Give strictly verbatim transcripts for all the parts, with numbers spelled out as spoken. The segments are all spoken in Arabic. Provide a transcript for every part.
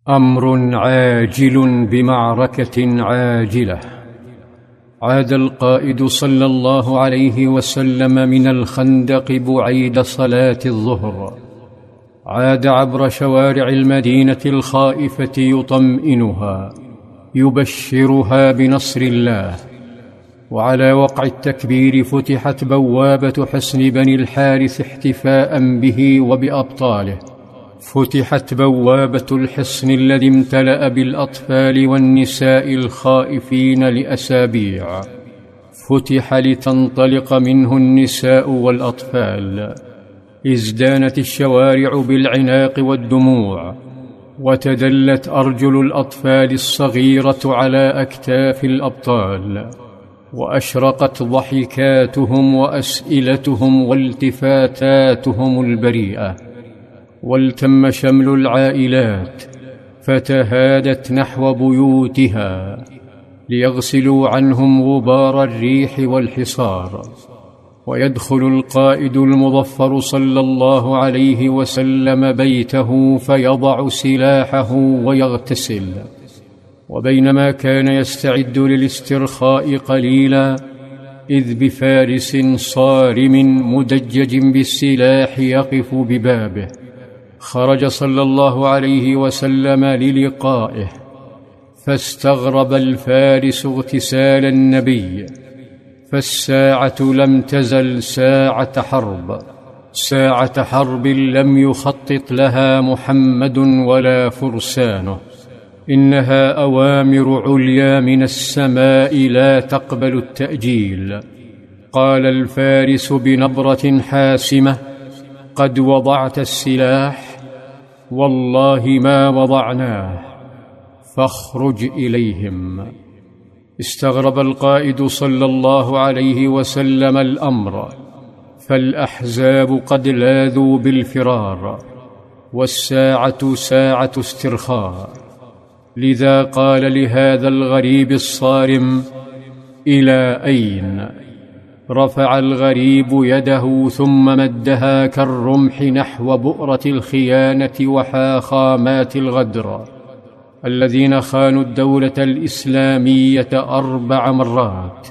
أمر عاجل بمعركة عاجلة. عاد القائد صلى الله عليه وسلم من الخندق بعيد صلاة الظهر، عاد عبر شوارع المدينة الخائفة يطمئنها، يبشرها بنصر الله. وعلى وقع التكبير فتحت بوابة حصن بني الحارث احتفاء به وبأبطاله. فتحت بوابة الحصن الذي امتلأ بالأطفال والنساء الخائفين لأسابيع، فتح لتنطلق منه النساء والأطفال. ازدانت الشوارع بالعناق والدموع، وتدلت أرجل الأطفال الصغيرة على أكتاف الأبطال، وأشرقت ضحكاتهم وأسئلتهم والتفاتاتهم البريئة. والتم شمل العائلات فتهادت نحو بيوتها ليغسلوا عنهم غبار الريح والحصار. ويدخل القائد المظفر صلى الله عليه وسلم بيته فيضع سلاحه ويغتسل. وبينما كان يستعد للاسترخاء قليلا، إذ بفارس صارم مدجج بالسلاح يقف ببابه. خرج صلى الله عليه وسلم للقائه، فاستغرب الفارس اغتسال النبي، فالساعة لم تزل ساعة حرب، ساعة حرب لم يخطط لها محمد ولا فرسانه. إنها أوامر عليا من السماء لا تقبل التأجيل. قال الفارس بنبرة حاسمة: قد وضعت السلاح؟ والله ما وضعناه، فاخرج إليهم. استغرب القائد صلى الله عليه وسلم الأمر، فالأحزاب قد لاذوا بالفرار، والساعة ساعة استرخاء. لذا قال لهذا الغريب الصارم: إلى أين؟ رفع الغريب يده ثم مدها كالرمح نحو بؤرة الخيانة وحاخامات الغدر الذين خانوا الدولة الإسلامية أربع مرات،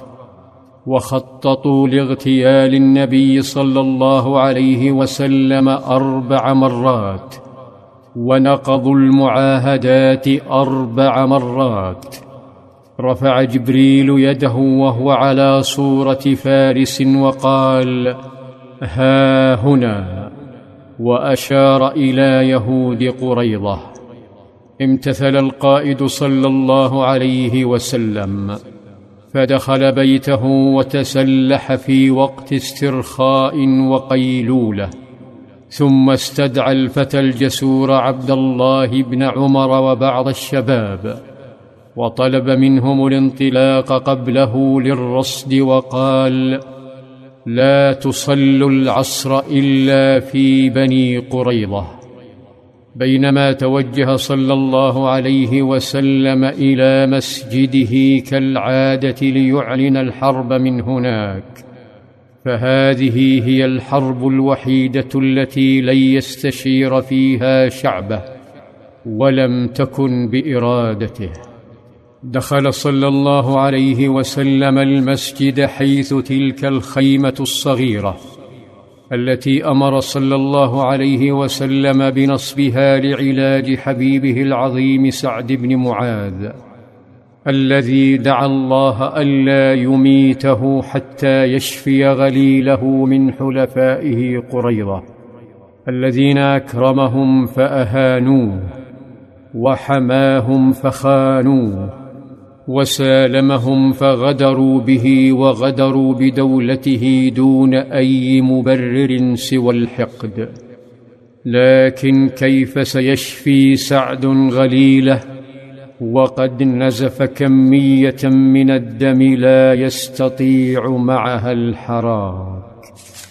وخططوا لاغتيال النبي صلى الله عليه وسلم أربع مرات، ونقضوا المعاهدات أربع مرات. رفع جبريل يده وهو على صورة فارس وقال: ها هنا، وأشار إلى يهود قريظة. امتثل القائد صلى الله عليه وسلم، فدخل بيته وتسلح في وقت استرخاء وقيلولة. ثم استدعى الفتى الجسور عبد الله بن عمر وبعض الشباب، وطلب منهم الانطلاق قبله للرصد، وقال: لا تصلوا العصر إلا في بني قريظة. بينما توجه صلى الله عليه وسلم إلى مسجده كالعادة ليعلن الحرب من هناك، فهذه هي الحرب الوحيدة التي لن يستشير فيها شعبه، ولم تكن بإرادته. دخل صلى الله عليه وسلم المسجد حيث تلك الخيمة الصغيرة التي أمر صلى الله عليه وسلم بنصبها لعلاج حبيبه العظيم سعد بن معاذ، الذي دعا الله ألا يميته حتى يشفي غليله من حلفائه قريظة، الذين أكرمهم فأهانوه، وحماهم فخانوه، وسالمهم فغدروا به وغدروا بدولته دون أي مبرر سوى الحقد. لكن كيف سيشفي سعد غليله وقد نزف كمية من الدم لا يستطيع معها الحراك؟